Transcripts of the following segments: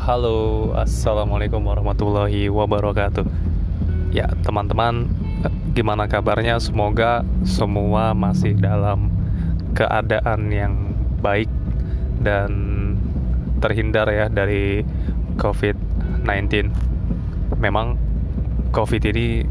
Halo, assalamualaikum warahmatullahi wabarakatuh. Ya, teman-teman, gimana kabarnya? Semoga semua masih dalam keadaan yang baik dan terhindar ya dari COVID-19. Memang COVID ini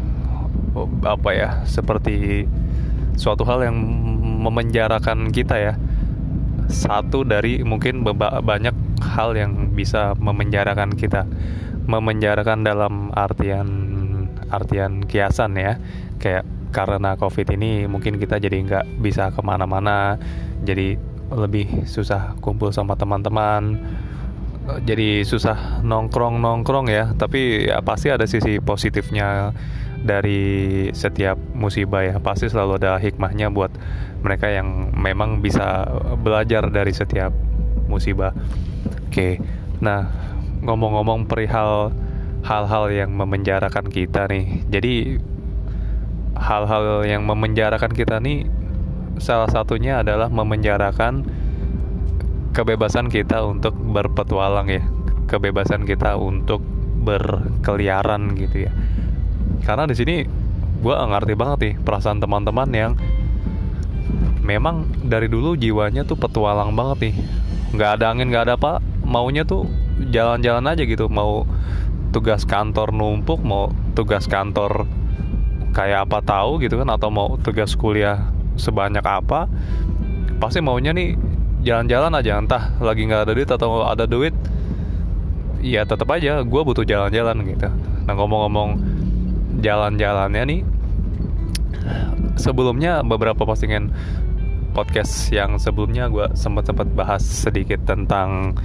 seperti suatu hal yang memenjarakan kita ya. Satu dari mungkin banyak hal yang bisa memenjarakan kita, memenjarakan dalam artian kiasan ya, kayak karena COVID ini mungkin kita jadi nggak bisa kemana-mana, jadi lebih susah kumpul sama teman-teman, jadi susah nongkrong ya. Tapi ya pasti ada sisi positifnya dari setiap musibah ya, pasti selalu ada hikmahnya buat mereka yang memang bisa belajar dari setiap musibah. Oke, nah ngomong-ngomong perihal hal-hal yang memenjarakan kita nih, jadi hal-hal yang memenjarakan kita nih salah satunya adalah memenjarakan kebebasan kita untuk berpetualang ya, kebebasan kita untuk berkeliaran gitu ya. Karena di sini gue ngerti banget nih perasaan teman-teman yang memang dari dulu jiwanya tuh petualang banget nih, nggak ada angin nggak ada apa, maunya tuh jalan-jalan aja gitu, mau tugas kantor numpuk, mau tugas kantor kayak apa tahu gitu kan, atau mau tugas kuliah sebanyak apa, pasti maunya nih jalan-jalan aja, entah lagi nggak ada duit atau ada duit, ya tetap aja gue butuh jalan-jalan gitu. Nah ngomong-ngomong jalan-jalannya nih, sebelumnya beberapa postingan podcast yang sebelumnya gue sempat bahas sedikit tentang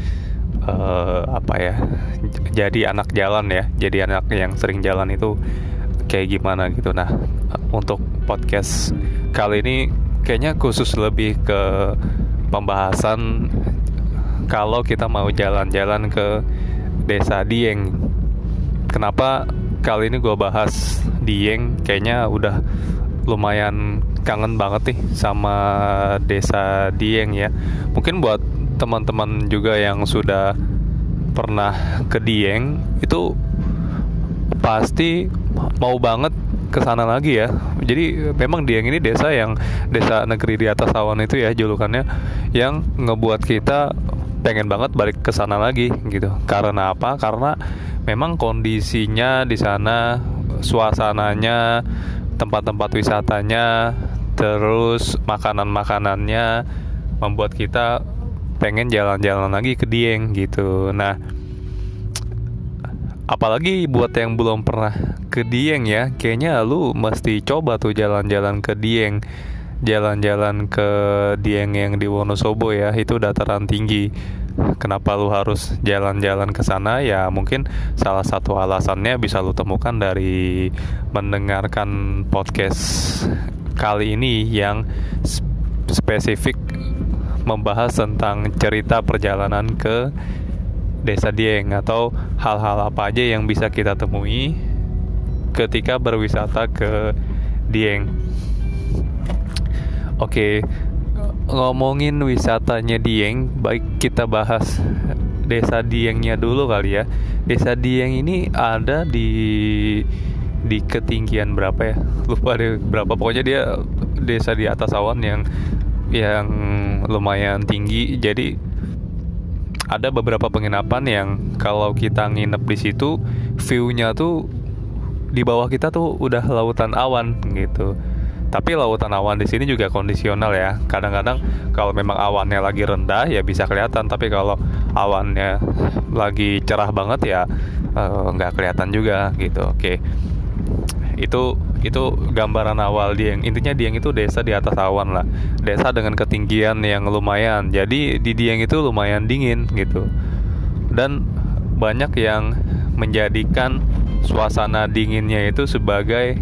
jadi anak jalan ya, jadi anak yang sering jalan itu kayak gimana gitu. Nah untuk podcast kali ini kayaknya khusus lebih ke pembahasan kalau kita mau jalan-jalan ke Desa Dieng. Kenapa kali ini gue bahas Dieng? Kayaknya udah lumayan kangen banget nih sama Desa Dieng ya. Mungkin buat teman-teman juga yang sudah pernah ke Dieng itu pasti mau banget ke sana lagi ya. Jadi memang Dieng ini desa negeri di atas awan itu ya julukannya, yang ngebuat kita pengen banget balik ke sana lagi gitu. Karena apa? Karena memang kondisinya di sana, suasananya, tempat-tempat wisatanya, terus makanan-makanannya membuat kita pengen jalan-jalan lagi ke Dieng gitu. Nah, apalagi buat yang belum pernah ke Dieng ya, kayaknya lu mesti coba tuh jalan-jalan ke Dieng. Jalan-jalan ke Dieng yang di Wonosobo ya, itu dataran tinggi. Kenapa lu harus jalan-jalan ke sana? Ya mungkin salah satu alasannya bisa lu temukan dari mendengarkan podcast kali ini yang spesifik membahas tentang cerita perjalanan ke Desa Dieng, atau hal-hal apa aja yang bisa kita temui ketika berwisata ke Dieng. Oke, ngomongin wisatanya Dieng, baik kita bahas Desa Diengnya dulu kali ya. Desa Dieng ini ada di ketinggian berapa ya? Lupa deh berapa. Pokoknya dia desa di atas awan yang lumayan tinggi. Jadi ada beberapa penginapan yang kalau kita nginep di situ, view-nya tuh di bawah kita tuh udah lautan awan gitu. Tapi lautan awan di sini juga kondisional ya. Kadang-kadang kalau memang awannya lagi rendah ya bisa kelihatan, tapi kalau awannya lagi cerah banget ya nggak kelihatan juga gitu. Oke. Itu gambaran awal Dieng. Intinya Dieng itu desa di atas awan lah. Desa dengan ketinggian yang lumayan. Jadi di Dieng itu lumayan dingin gitu. Dan banyak yang menjadikan suasana dinginnya itu sebagai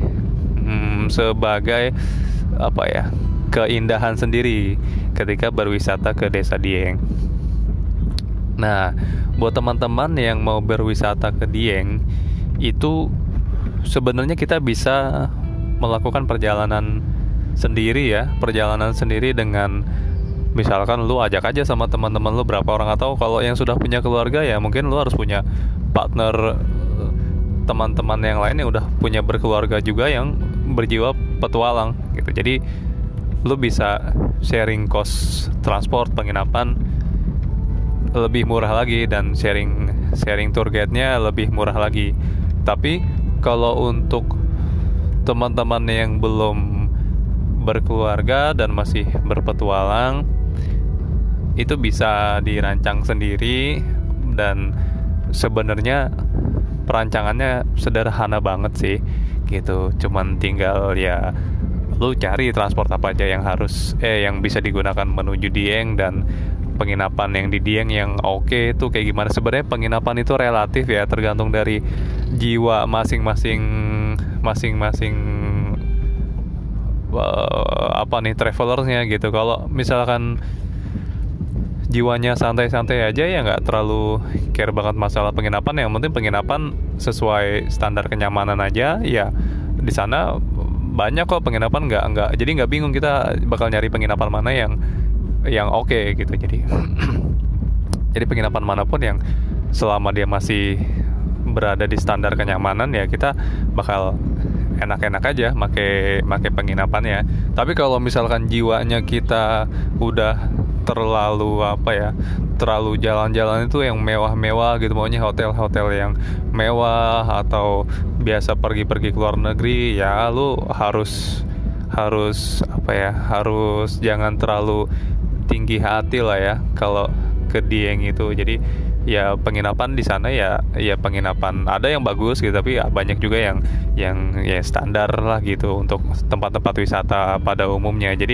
keindahan sendiri ketika berwisata ke Desa Dieng. Nah, buat teman-teman yang mau berwisata ke Dieng, itu sebenarnya kita bisa melakukan perjalanan sendiri ya, perjalanan sendiri dengan Misalkan lu ajak aja sama teman-teman lu berapa orang, atau kalau yang sudah punya keluarga ya mungkin lu harus punya partner, teman-teman yang lain yang udah punya berkeluarga juga yang berjiwa petualang gitu. Jadi lu bisa sharing cost transport, penginapan lebih murah lagi, dan sharing tour guide-nya lebih murah lagi. Tapi kalau untuk teman-teman yang belum berkeluarga dan masih berpetualang, itu bisa dirancang sendiri, dan sebenarnya perancangannya sederhana banget sih gitu. Cuman tinggal ya lu cari transport apa aja yang yang bisa digunakan menuju Dieng, dan penginapan yang di Dieng yang oke itu kayak gimana. Sebenarnya penginapan itu relatif ya, tergantung dari jiwa masing-masing travelernya gitu. Kalau misalkan jiwanya santai-santai aja ya nggak terlalu care banget masalah penginapan. Yang penting penginapan sesuai standar kenyamanan aja ya. Di sana banyak kok penginapan, nggak jadi nggak bingung kita bakal nyari penginapan mana yang oke gitu. Jadi penginapan manapun yang selama dia masih berada di standar kenyamanan ya kita bakal enak-enak aja make penginapannya. Tapi kalau misalkan jiwanya kita udah terlalu jalan-jalan itu yang mewah-mewah gitu, maunya hotel-hotel yang mewah atau biasa pergi-pergi ke luar negeri, ya lu harus jangan terlalu tinggi hati lah ya kalau ke Dieng itu. Jadi ya penginapan di sana ya penginapan ada yang bagus gitu, tapi ya banyak juga yang ya standar lah gitu untuk tempat-tempat wisata pada umumnya. Jadi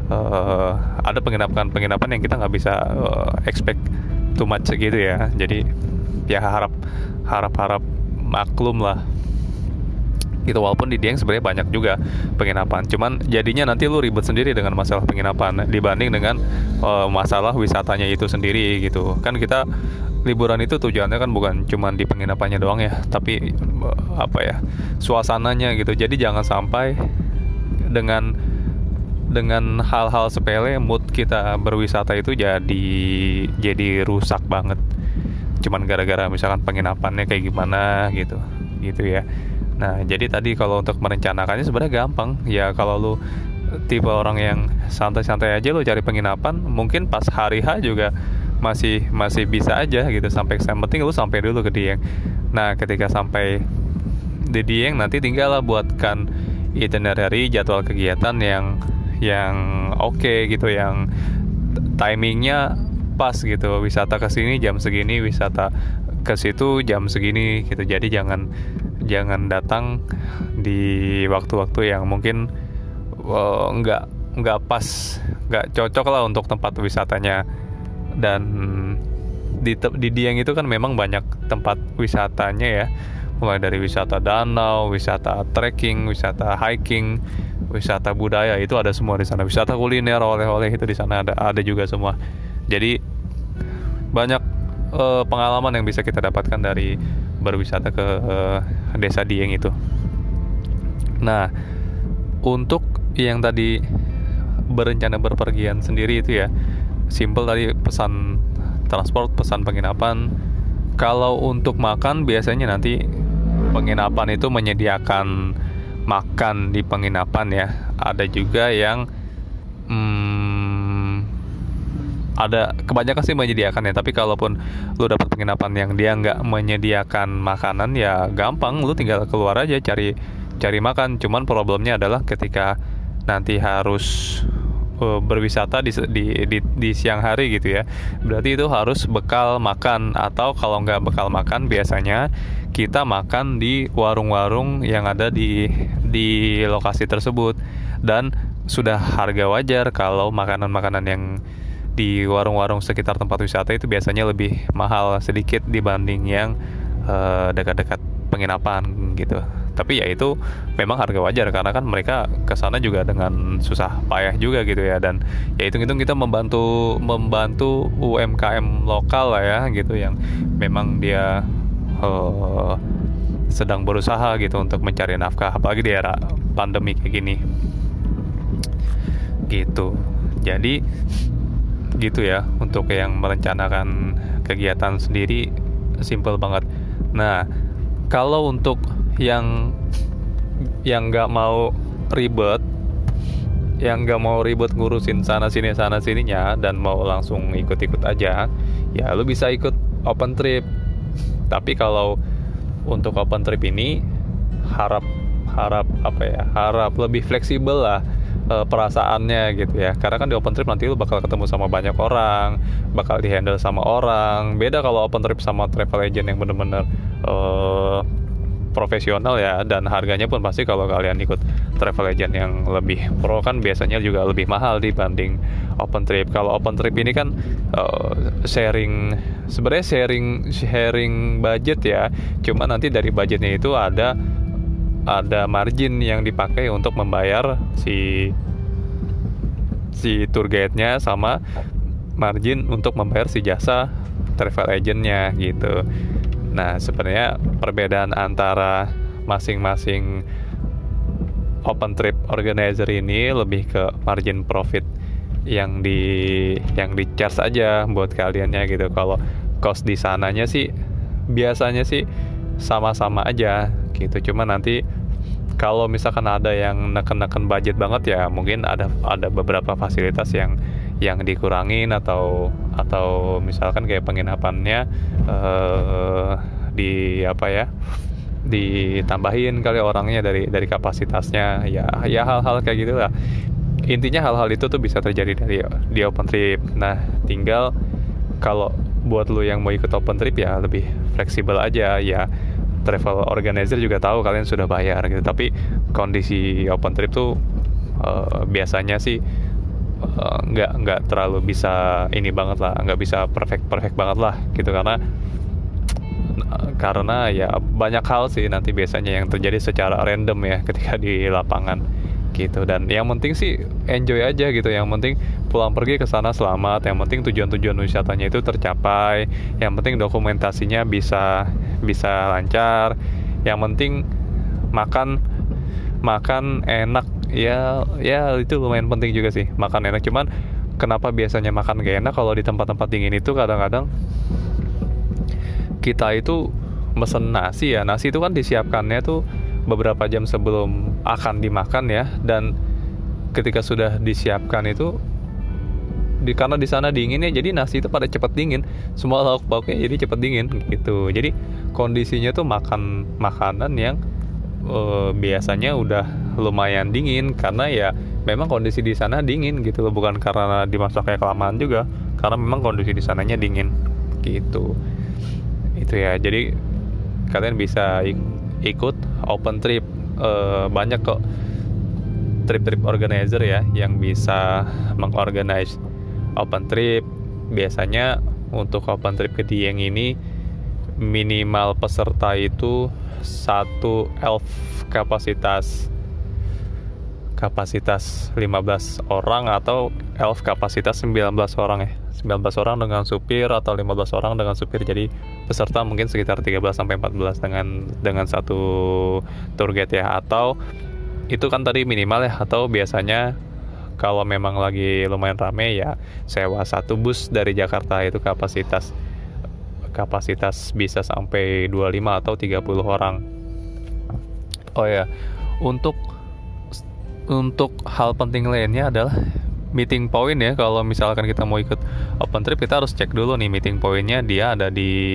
ada penginapan yang kita nggak bisa expect too much gitu ya. Jadi ya harap maklum lah gitu. Walaupun di Dieng sebenarnya banyak juga penginapan, cuman jadinya nanti lu ribet sendiri dengan masalah penginapan dibanding dengan masalah wisatanya itu sendiri gitu. Kan kita liburan itu tujuannya kan bukan cuma di penginapannya doang ya, tapi suasananya gitu. Jadi jangan sampai dengan hal-hal sepele mood kita berwisata itu jadi rusak banget cuman gara-gara misalkan penginapannya kayak gimana gitu ya. Nah, jadi tadi kalau untuk merencanakannya sebenarnya gampang. Ya kalau lu tipe orang yang santai-santai aja, lu cari penginapan, mungkin pas hari H juga masih bisa aja gitu sampai yang penting lu sampai dulu ke Dieng. Nah, ketika sampai di Dieng nanti tinggal lah buatkan itinerary, jadwal kegiatan yang oke gitu, yang timingnya pas gitu. Wisata ke sini jam segini, wisata ke situ jam segini gitu. Jadi jangan datang di waktu-waktu yang mungkin nggak pas, nggak cocok lah untuk tempat wisatanya. Dan di Dieng itu kan memang banyak tempat wisatanya ya, mulai dari wisata danau, wisata trekking, wisata hiking, wisata budaya, itu ada semua di sana. Wisata kuliner, oleh-oleh itu di sana ada juga semua. Jadi banyak pengalaman yang bisa kita dapatkan dari berwisata ke desa Dieng itu. Nah, untuk yang tadi berencana berpergian sendiri itu ya simple tadi, pesan transport, pesan penginapan. Kalau untuk makan biasanya nanti penginapan itu menyediakan makan di penginapan ya. Ada juga yang ada, kebanyakan sih menyediakan ya. Tapi kalaupun lu dapat penginapan yang dia nggak menyediakan makanan ya gampang, lu tinggal keluar aja cari makan. Cuman problemnya adalah ketika nanti harus berwisata di siang hari gitu ya, berarti itu harus bekal makan, atau kalau nggak bekal makan biasanya kita makan di warung-warung yang ada di lokasi tersebut. Dan sudah harga wajar kalau makanan-makanan yang di warung-warung sekitar tempat wisata itu biasanya lebih mahal sedikit dibanding yang dekat-dekat penginapan gitu. Tapi ya itu memang harga wajar karena kan mereka kesana juga dengan susah payah juga gitu ya. Dan ya hitung-hitung kita membantu UMKM lokal lah ya gitu, yang memang dia sedang berusaha gitu untuk mencari nafkah, apalagi di era pandemi kayak gini gitu. Jadi gitu ya. Untuk yang merencanakan kegiatan sendiri simple banget. Nah, kalau untuk yang nggak mau ribet, ngurusin sana sininya dan mau langsung ikut-ikut aja, ya lu bisa ikut open trip. Tapi kalau untuk open trip ini harap harap lebih fleksibel lah perasaannya gitu ya, karena kan di open trip nanti lu bakal ketemu sama banyak orang, bakal dihandle sama orang. Beda kalau open trip sama travel agent yang bener-bener profesional ya, dan harganya pun pasti kalau kalian ikut travel agent yang lebih pro kan biasanya juga lebih mahal dibanding open trip. Kalau open trip ini kan sebenarnya sharing budget ya, cuma nanti dari budgetnya itu ada margin yang dipakai untuk membayar si tour guide-nya, sama margin untuk membayar si jasa travel agent-nya gitu. Nah, sebenarnya perbedaan antara masing-masing open trip organizer ini lebih ke margin profit yang di charge aja buat kaliannya gitu. Kalau cost di sananya sih biasanya sih sama-sama aja gitu. Cuma nanti kalau misalkan ada yang neken budget banget ya, mungkin ada beberapa fasilitas yang dikurangin atau misalkan kayak penginapannya ditambahin kali orangnya dari kapasitasnya ya hal-hal kayak gitu lah. Intinya hal-hal itu tuh bisa terjadi di open trip. Nah, tinggal kalau buat lu yang mau ikut open trip ya lebih fleksibel aja ya. Travel organizer juga tahu kalian sudah bayar gitu, tapi kondisi open trip tuh biasanya sih nggak terlalu bisa ini banget lah, nggak bisa perfect banget lah gitu, karena ya banyak hal sih nanti biasanya yang terjadi secara random ya ketika di lapangan gitu. Dan yang penting sih enjoy aja gitu, yang penting pulang pergi ke sana selamat, yang penting tujuan wisatanya itu tercapai, yang penting dokumentasinya bisa lancar, yang penting makan enak ya itu lumayan penting juga sih, makan enak. Cuman kenapa biasanya makan gak enak kalau di tempat-tempat dingin itu, kadang-kadang kita itu mesen nasi itu kan disiapkannya tuh beberapa jam sebelum akan dimakan ya, dan ketika sudah disiapkan itu karena di sana dingin ya, jadi nasi itu pada cepat dingin, semua lauk pauknya jadi cepat dingin gitu. Jadi kondisinya tuh makan makanan yang biasanya udah lumayan dingin, karena ya memang kondisi di sana dingin gitu loh, bukan karena dimasaknya kelamaan juga, karena memang kondisi di sananya dingin gitu. Itu ya, jadi kalian bisa ikut open trip. Banyak kok trip organizer ya yang bisa mengorganize open trip. Biasanya untuk open trip ke Dieng ini minimal peserta itu 1 elf kapasitas 15 orang atau elf kapasitas 19 orang ya. 19 orang dengan supir atau 15 orang dengan supir. Jadi peserta mungkin sekitar 13 sampai 14 dengan satu tour guide ya. Atau itu kan tadi minimal ya, atau biasanya kalau memang lagi lumayan rame ya sewa satu bus dari Jakarta, itu kapasitas bisa sampai 25 atau 30 orang. Oh ya, untuk hal penting lainnya adalah meeting point ya. Kalau misalkan kita mau ikut open trip, kita harus cek dulu nih meeting pointnya dia ada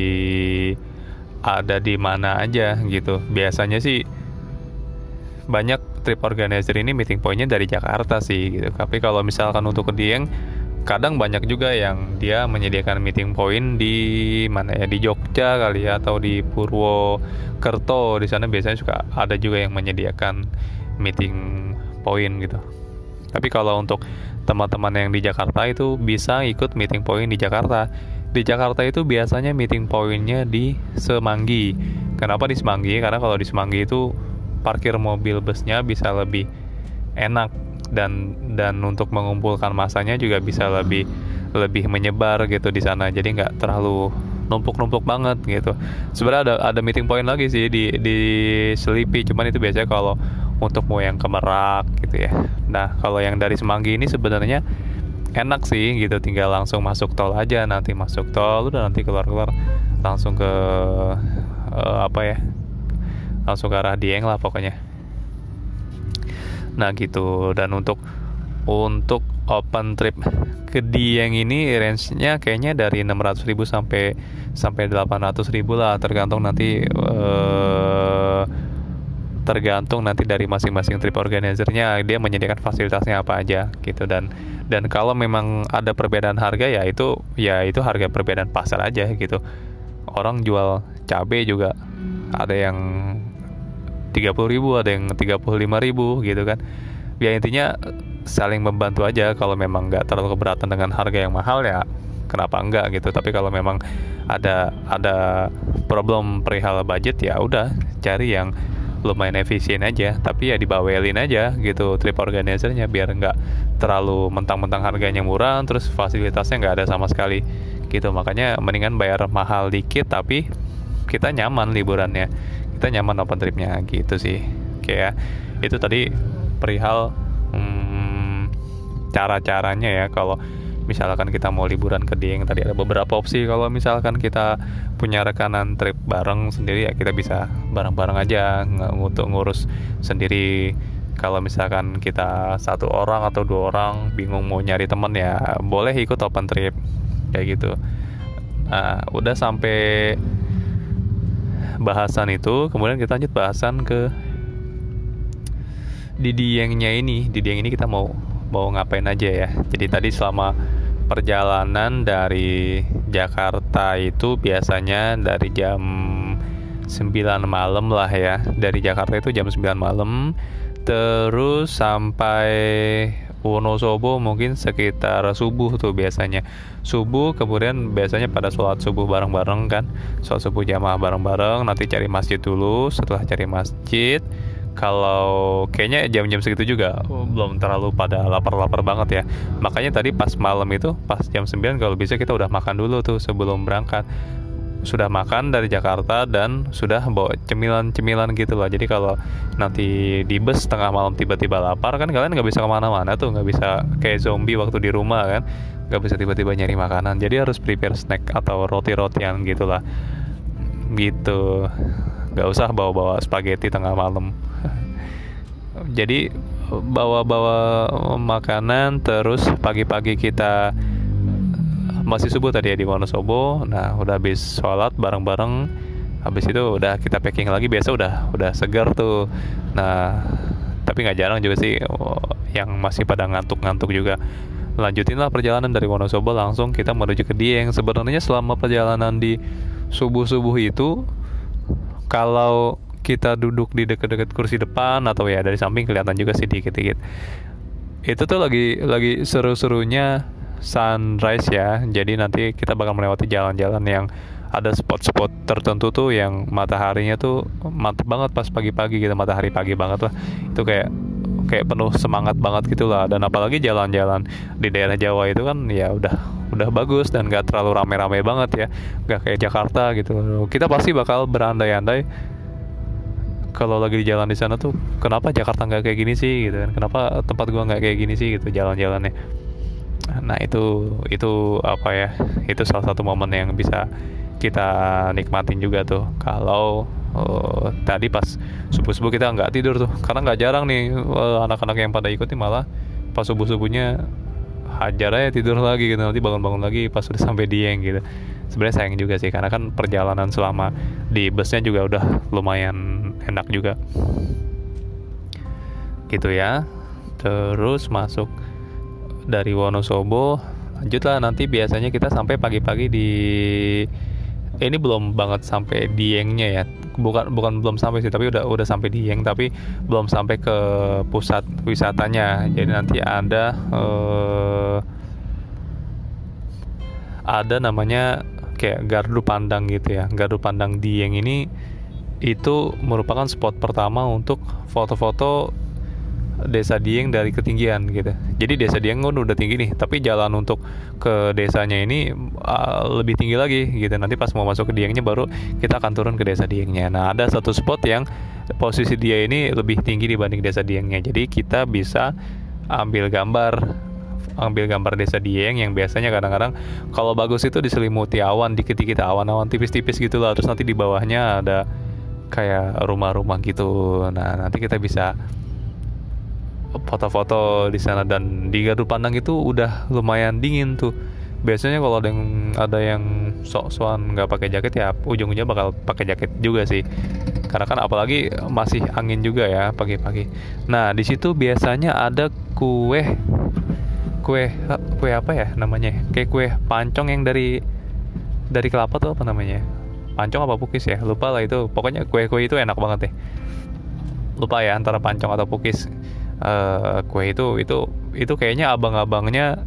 di mana aja gitu. Biasanya sih banyak trip organizer ini meeting pointnya dari Jakarta sih gitu. Tapi kalau misalkan untuk ke Dieng, kadang banyak juga yang dia menyediakan meeting point di mana ya, di Jogja kali ya, atau di Purwokerto. Di sana biasanya suka ada juga yang menyediakan meeting point gitu. Tapi kalau untuk teman-teman yang di Jakarta itu bisa ikut meeting point di Jakarta. Di Jakarta itu biasanya meeting pointnya di Semanggi. Kenapa di Semanggi? Karena kalau di Semanggi itu parkir mobil busnya bisa lebih enak, dan untuk mengumpulkan masanya juga bisa lebih menyebar gitu di sana. Jadi nggak terlalu numpuk banget gitu. Sebenarnya ada meeting point lagi sih di Selipi, cuman itu biasanya kalau untuk mau yang ke Merak gitu ya. Nah, kalau yang dari Semanggi ini sebenarnya enak sih gitu, tinggal langsung masuk tol aja, nanti masuk tol udah nanti keluar langsung ke apa ya, langsung ke arah Dieng lah pokoknya. Nah gitu. Dan untuk open trip ke Dieng ini range-nya kayaknya dari 600.000 sampai 800.000 lah, tergantung nanti dari masing-masing trip organizernya dia menyediakan fasilitasnya apa aja gitu. Dan kalau memang ada perbedaan harga ya itu harga perbedaan pasar aja gitu. Orang jual cabai juga ada yang 30.000, ada yang 35.000 gitu kan. Ya intinya saling membantu aja. Kalau memang nggak terlalu keberatan dengan harga yang mahal ya kenapa enggak gitu. Tapi kalau memang ada problem perihal budget ya udah cari yang lumayan efisien aja, tapi ya dibawelin aja gitu trip organizernya, biar nggak terlalu mentang-mentang harganya murah terus fasilitasnya nggak ada sama sekali gitu. Makanya mendingan bayar mahal dikit tapi kita nyaman liburannya, kita nyaman open tripnya gitu sih. Kayak itu tadi perihal cara-caranya ya. Kalau misalkan kita mau liburan ke Dieng tadi ada beberapa opsi. Kalau misalkan kita punya rekanan trip bareng sendiri ya kita bisa bareng-bareng aja, nggak ngurus sendiri. Kalau misalkan kita 1 orang atau 2 orang bingung mau nyari temen ya boleh ikut open trip kayak gitu. Nah udah sampai bahasan itu, kemudian kita lanjut bahasan ke di Diengnya ini. Di Dieng ini kita mau ngapain aja ya. Jadi tadi selama perjalanan dari Jakarta itu biasanya dari jam 9 malam lah ya. Dari Jakarta itu jam 9 malam terus sampai Wonosobo mungkin sekitar subuh tuh biasanya. Subuh kemudian biasanya pada sholat subuh bareng-bareng kan. Sholat subuh jamaah bareng-bareng, nanti cari masjid dulu. Setelah cari masjid, kalau kayaknya jam-jam segitu juga belum terlalu pada lapar-lapar banget ya. Makanya tadi pas malam itu pas jam 9 kalau bisa kita udah makan dulu tuh sebelum berangkat. Sudah makan dari Jakarta dan sudah bawa cemilan-cemilan gitu loh. Jadi kalau nanti di bus tengah malam tiba-tiba lapar kan kalian nggak bisa kemana-mana tuh, nggak bisa kayak zombie waktu di rumah kan, nggak bisa tiba-tiba nyari makanan. Jadi harus prepare snack atau roti-rotian gitulah gitu. Nggak usah bawa-bawa spaghetti tengah malam. Jadi bawa-bawa makanan, terus pagi-pagi kita masih subuh tadi ya di Wonosobo. Nah udah habis sholat bareng-bareng, habis itu udah kita packing lagi. Biasa udah segar tuh. Nah tapi nggak jarang juga sih yang masih pada ngantuk-ngantuk juga. Lanjutin lah perjalanan dari Wonosobo langsung kita menuju ke Dieng. Sebenarnya selama perjalanan di subuh-subuh itu, kalau kita duduk di dekat-dekat kursi depan atau ya dari samping kelihatan juga sih dikit-dikit, itu tuh lagi seru-serunya sunrise ya. Jadi nanti kita bakal melewati jalan-jalan yang ada spot-spot tertentu tuh yang mataharinya tuh mantep banget pas pagi-pagi gitu, matahari pagi banget lah. Itu kayak penuh semangat banget gitu lah. Dan apalagi jalan-jalan di daerah Jawa itu kan ya udah bagus dan gak terlalu rame-rame banget ya, gak kayak Jakarta gitu. Kita pasti bakal berandai-andai kalau lagi di jalan di sana tuh, kenapa Jakarta nggak kayak gini sih gitu kan, kenapa tempat gua nggak kayak gini sih gitu jalan-jalannya. Nah itu apa ya, itu salah satu momen yang bisa kita nikmatin juga tuh. Kalau tadi pas subuh-subuh kita nggak tidur tuh, karena nggak jarang nih anak-anak yang pada ikut nih malah pas subuh-subuhnya hajar aja tidur lagi gitu, nanti bangun-bangun lagi pas udah sampai Dieng gitu. Sebenarnya sayang juga sih, karena kan perjalanan selama di busnya juga udah lumayan enak juga gitu ya. Terus masuk dari Wonosobo, lanjutlah nanti biasanya kita sampai pagi-pagi di ini belum banget sampai Diengnya ya, bukan belum sampai sih, tapi udah sampai Dieng tapi belum sampai ke pusat wisatanya. Jadi nanti ada namanya kayak gardu pandang gitu ya. Gardu pandang Dieng ini itu merupakan spot pertama untuk foto-foto desa Dieng dari ketinggian gitu. Jadi desa Dieng udah tinggi nih, tapi jalan untuk ke desanya ini lebih tinggi lagi gitu. Nanti pas mau masuk ke Diengnya baru kita akan turun ke desa Diengnya. Nah ada satu spot yang posisi dia ini lebih tinggi dibanding desa Diengnya, jadi kita bisa ambil gambar ambil gambar desa Dieng yang biasanya kadang-kadang kalau bagus itu diselimuti awan dikit-dikit, awan-awan tipis-tipis gitu lah, terus nanti di bawahnya ada kayak rumah-rumah gitu. Nah nanti kita bisa foto-foto di sana, dan di Gardu Pandang itu udah lumayan dingin tuh. Biasanya kalau ada yang sok-sokan nggak pakai jaket ya ujung-ujungnya bakal pakai jaket juga sih. Karena kan apalagi masih angin juga ya pagi-pagi. Nah di situ biasanya ada kue apa ya namanya? Kayak kue pancong yang dari kelapa tuh apa namanya? Pancong apa pukis ya? Lupa lah itu. Pokoknya kue-kue itu enak banget deh. Lupa ya antara pancong atau pukis. Kue itu kayaknya abang-abangnya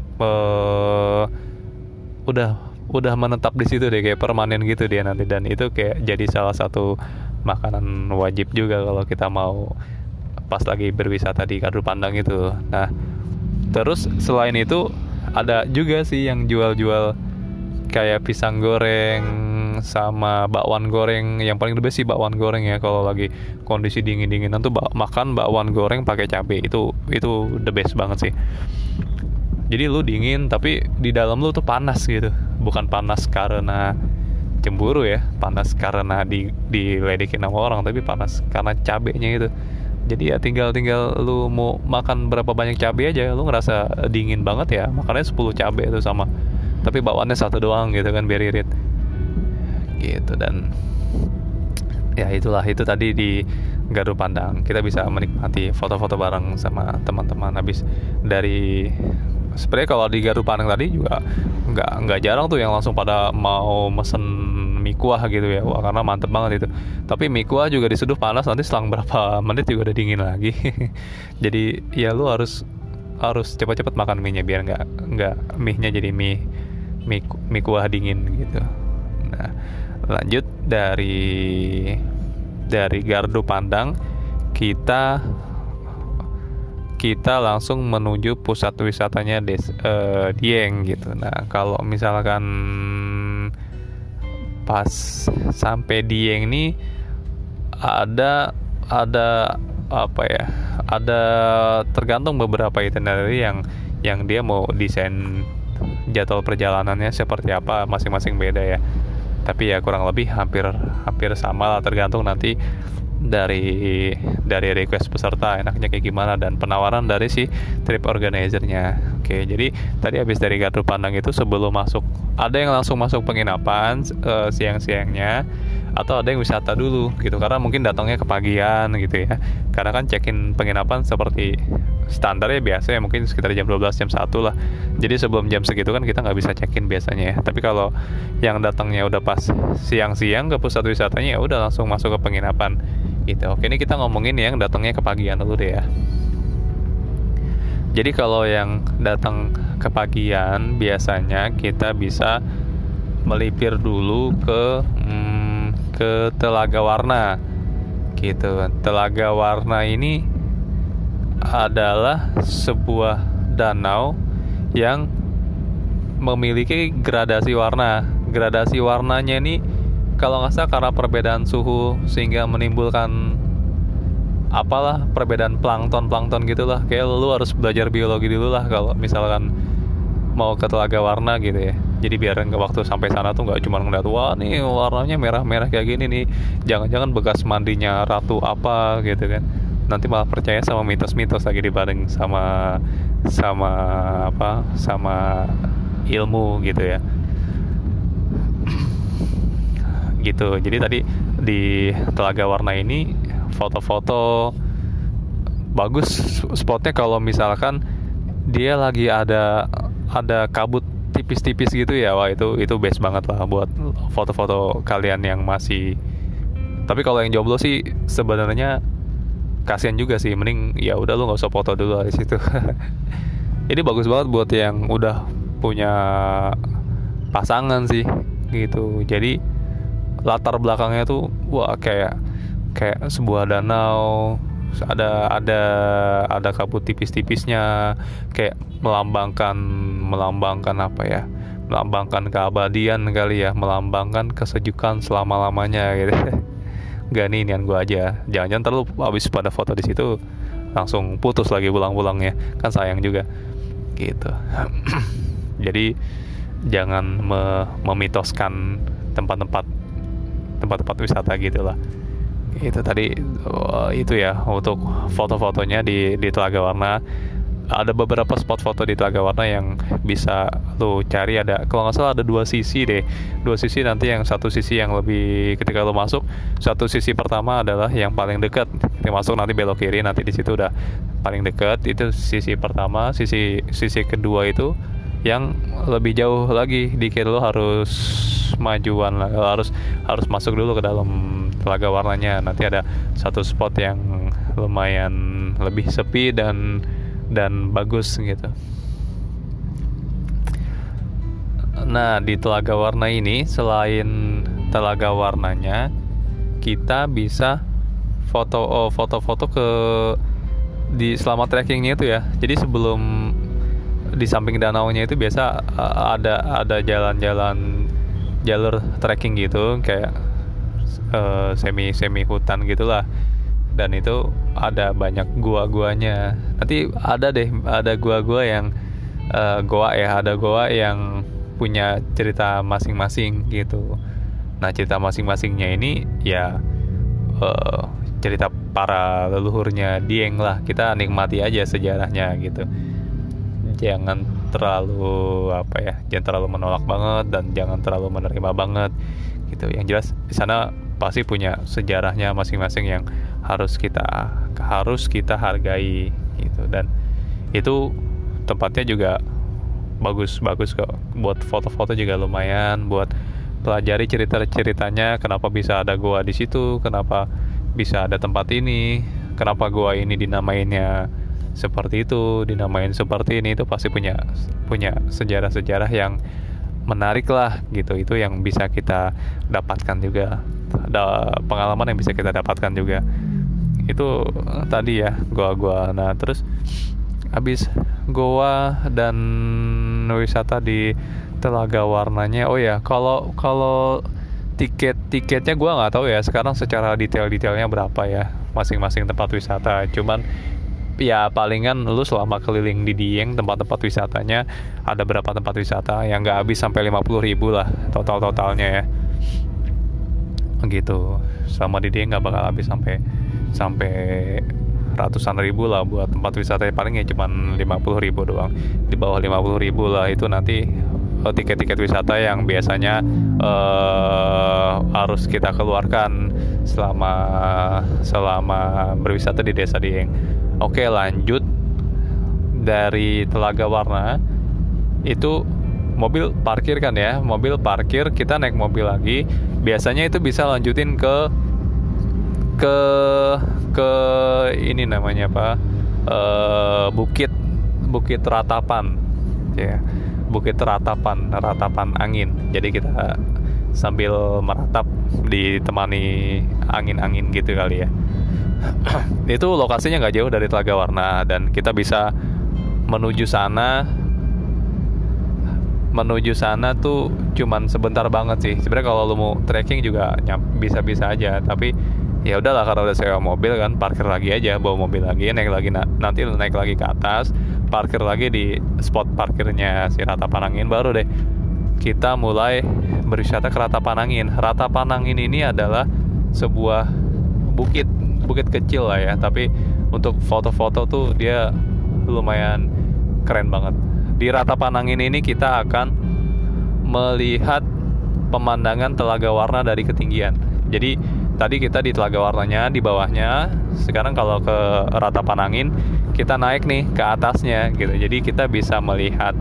udah menetap di situ deh, kayak permanen gitu dia nanti, dan itu kayak jadi salah satu makanan wajib juga kalau kita mau pas lagi berwisata di Gardu Pandang itu. Nah terus selain itu ada juga sih yang jual-jual kayak pisang goreng sama bakwan goreng. Yang paling the best sih bakwan goreng ya, kalau lagi kondisi dingin-dinginan tuh makan bakwan goreng pakai cabai itu the best banget sih. Jadi lu dingin tapi di dalam lu tuh panas gitu, bukan panas karena cemburu ya, panas karena diledekin sama orang, tapi panas karena cabenya itu. Jadi ya tinggal lu mau makan berapa banyak cabai aja lu ngerasa dingin banget ya, makannya 10 cabai itu sama, tapi bawaannya satu doang gitu kan, biar irit gitu. Dan ya itulah, itu tadi di Gardu Pandang kita bisa menikmati foto-foto bareng sama teman-teman. Habis dari, sebenarnya kalau di Gardu Pandang tadi juga nggak jarang tuh yang langsung pada mau mesen mie kuah gitu ya. Wah karena mantep banget itu. Tapi mie kuah juga diseduh panas, nanti selang berapa menit juga udah dingin lagi. Jadi ya lu harus cepat-cepat makan mie-nya biar nggak mie-nya jadi mie kuah dingin gitu. Nah lanjut dari Gardu Pandang kita langsung menuju pusat wisatanya Dieng gitu. Nah kalau misalkan pas sampai Dieng nih ada apa ya, ada tergantung beberapa itinerary yang dia mau desain jadwal perjalanannya seperti apa, masing-masing beda ya. Tapi ya kurang lebih hampir sama lah, tergantung nanti dari request peserta enaknya kayak gimana dan penawaran dari si trip organizer-nya. Oke, jadi tadi habis dari Gardu Pandang itu sebelum masuk, ada yang langsung masuk penginapan siang-siangnya, atau ada yang wisata dulu gitu, karena mungkin datangnya kepagian gitu ya. Karena kan check-in penginapan seperti standar ya biasa ya mungkin sekitar jam 12 jam 1 lah. Jadi sebelum jam segitu kan kita nggak bisa check-in biasanya ya. Tapi kalau yang datangnya udah pas siang-siang ke pusat wisatanya ya udah langsung masuk ke penginapan gitu. Oke, ini kita ngomongin yang datangnya kepagian dulu deh ya. Jadi kalau yang datang kepagian biasanya kita bisa melipir dulu ke Telaga Warna gitu. Telaga Warna ini adalah sebuah danau yang memiliki gradasi warna. Gradasi warnanya ini kalau nggak salah karena perbedaan suhu sehingga menimbulkan apalah perbedaan plankton gitulah. Kayak lu harus belajar biologi dulu lah kalau misalkan mau ke Telaga Warna gitu ya. Jadi biar nggak waktu sampai sana tuh nggak cuma ngeliat wah nih warnanya merah-merah kayak gini nih, jangan-jangan bekas mandinya ratu apa gitu kan. Nanti malah percaya sama mitos-mitos lagi dibanding sama ilmu gitu ya. Gitu. Jadi tadi di Telaga Warna ini foto-foto bagus spotnya kalau misalkan dia lagi ada kabut tipis-tipis gitu ya. Wah itu best banget lah buat foto-foto kalian yang masih. Tapi kalau yang jomblo sih sebenarnya kasian juga sih, mending ya udah lu nggak usah foto dulu di situ. Ini bagus banget buat yang udah punya pasangan sih gitu. Jadi latar belakangnya tuh wah kayak sebuah danau, ada kabut tipis-tipisnya, kayak melambangkan apa ya, melambangkan keabadian kali ya, melambangkan kesejukan selama-lamanya gitu. Gak nih inian gue aja, jangan-jangan terlalu habis pada foto di situ langsung putus lagi pulang-pulangnya, kan sayang juga. gitu. Jadi jangan memitoskan tempat-tempat wisata gitulah. Itu tadi itu ya untuk foto-fotonya di Telaga Warna. Ada beberapa spot foto di Telaga Warna yang bisa lo cari. Ada, kalau nggak salah ada dua sisi deh, nanti yang satu sisi yang lebih, ketika lo masuk, satu sisi pertama adalah yang paling dekat, ketika masuk nanti belok kiri, nanti di situ udah paling dekat, itu sisi pertama. Sisi kedua itu yang lebih jauh lagi dikit, lo harus majuan lah, harus masuk dulu ke dalam Telaga Warnanya. Nanti ada satu spot yang lumayan lebih sepi dan bagus gitu. Nah, di Telaga Warna ini, selain Telaga Warnanya, kita bisa foto-foto ke di selama trekkingnya itu ya. Jadi sebelum, di samping danaunya itu biasa ada jalur trekking gitu, kayak semi hutan gitulah. Dan itu ada banyak gua-guanya. Nanti ada gua-gua yang ada goa yang punya cerita masing-masing gitu. Nah, cerita masing-masingnya ini ya cerita para leluhurnya Dieng lah. Kita nikmati aja sejarahnya gitu. Jangan terlalu jangan terlalu menolak banget dan jangan terlalu menerima banget gitu. Yang jelas di sana pasti punya sejarahnya masing-masing yang harus kita hargai gitu. Dan itu tempatnya juga bagus kok, buat foto-foto juga lumayan, buat pelajari cerita-ceritanya, kenapa bisa ada goa di situ, kenapa bisa ada tempat ini, kenapa goa ini dinamainnya seperti itu, dinamain seperti ini. Itu pasti punya sejarah-sejarah yang menarik lah gitu. Itu yang bisa kita dapatkan juga, ada pengalaman yang bisa kita dapatkan juga. Itu tadi ya goa-goa. Nah, terus habis goa dan wisata di Telaga Warnanya, oh ya, kalau tiketnya gue nggak tahu ya sekarang secara detailnya berapa ya masing-masing tempat wisata. Cuman ya palingan lu selama keliling di Dieng, tempat-tempat wisatanya ada berapa tempat wisata yang nggak habis sampai 50.000 lah totalnya ya gitu. Selama di Dieng nggak bakal habis sampai ratusan ribu lah buat tempat wisata. Paling ya cuman 50.000 doang, di bawah 50.000 lah. Itu nanti tiket-tiket wisata yang biasanya harus kita keluarkan selama berwisata di Desa Dieng. Oke, lanjut dari Telaga Warna itu mobil parkir kan ya, kita naik mobil lagi. Biasanya itu bisa lanjutin ke ini namanya Bukit Ratapan ya, Bukit Ratapan angin. Jadi kita sambil meratap ditemani angin gitu kali ya. Itu lokasinya nggak jauh dari Telaga Warna dan kita bisa menuju sana tuh cuman sebentar banget sih. Sebenarnya kalau lu mau trekking juga bisa aja, tapi ya udahlah, karena udah sewa mobil kan, parkir lagi aja, bawa mobil lagi, nanti naik lagi ke atas, parkir lagi di spot parkirnya si Ratapan Angin, baru deh kita mulai berwisata ke Ratapan Angin. Ratapan Angin ini adalah sebuah bukit kecil lah ya, tapi untuk foto-foto tuh dia lumayan keren banget. Di Ratapan Angin ini kita akan melihat pemandangan Telaga Warna dari ketinggian. Jadi tadi kita di Telaga Warnanya, di bawahnya. Sekarang kalau ke Ratapan Angin kita naik nih ke atasnya gitu. Jadi kita bisa melihat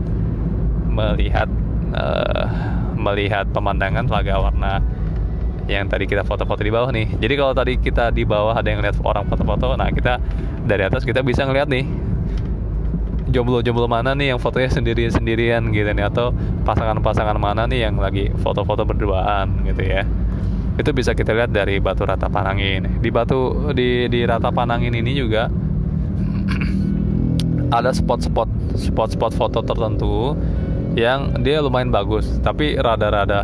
pemandangan Telaga Warna yang tadi kita foto-foto di bawah nih. Jadi kalau tadi kita di bawah ada yang lihat orang foto-foto, nah kita dari atas kita bisa ngeliat nih jomblo mana nih yang fotonya sendirian gitu nih, atau pasangan mana nih yang lagi foto-foto berduaan gitu ya. Itu bisa kita lihat dari batu Ratapan Angin. Di Ratapan Angin ini juga ada spot foto tertentu yang dia lumayan bagus, tapi rada-rada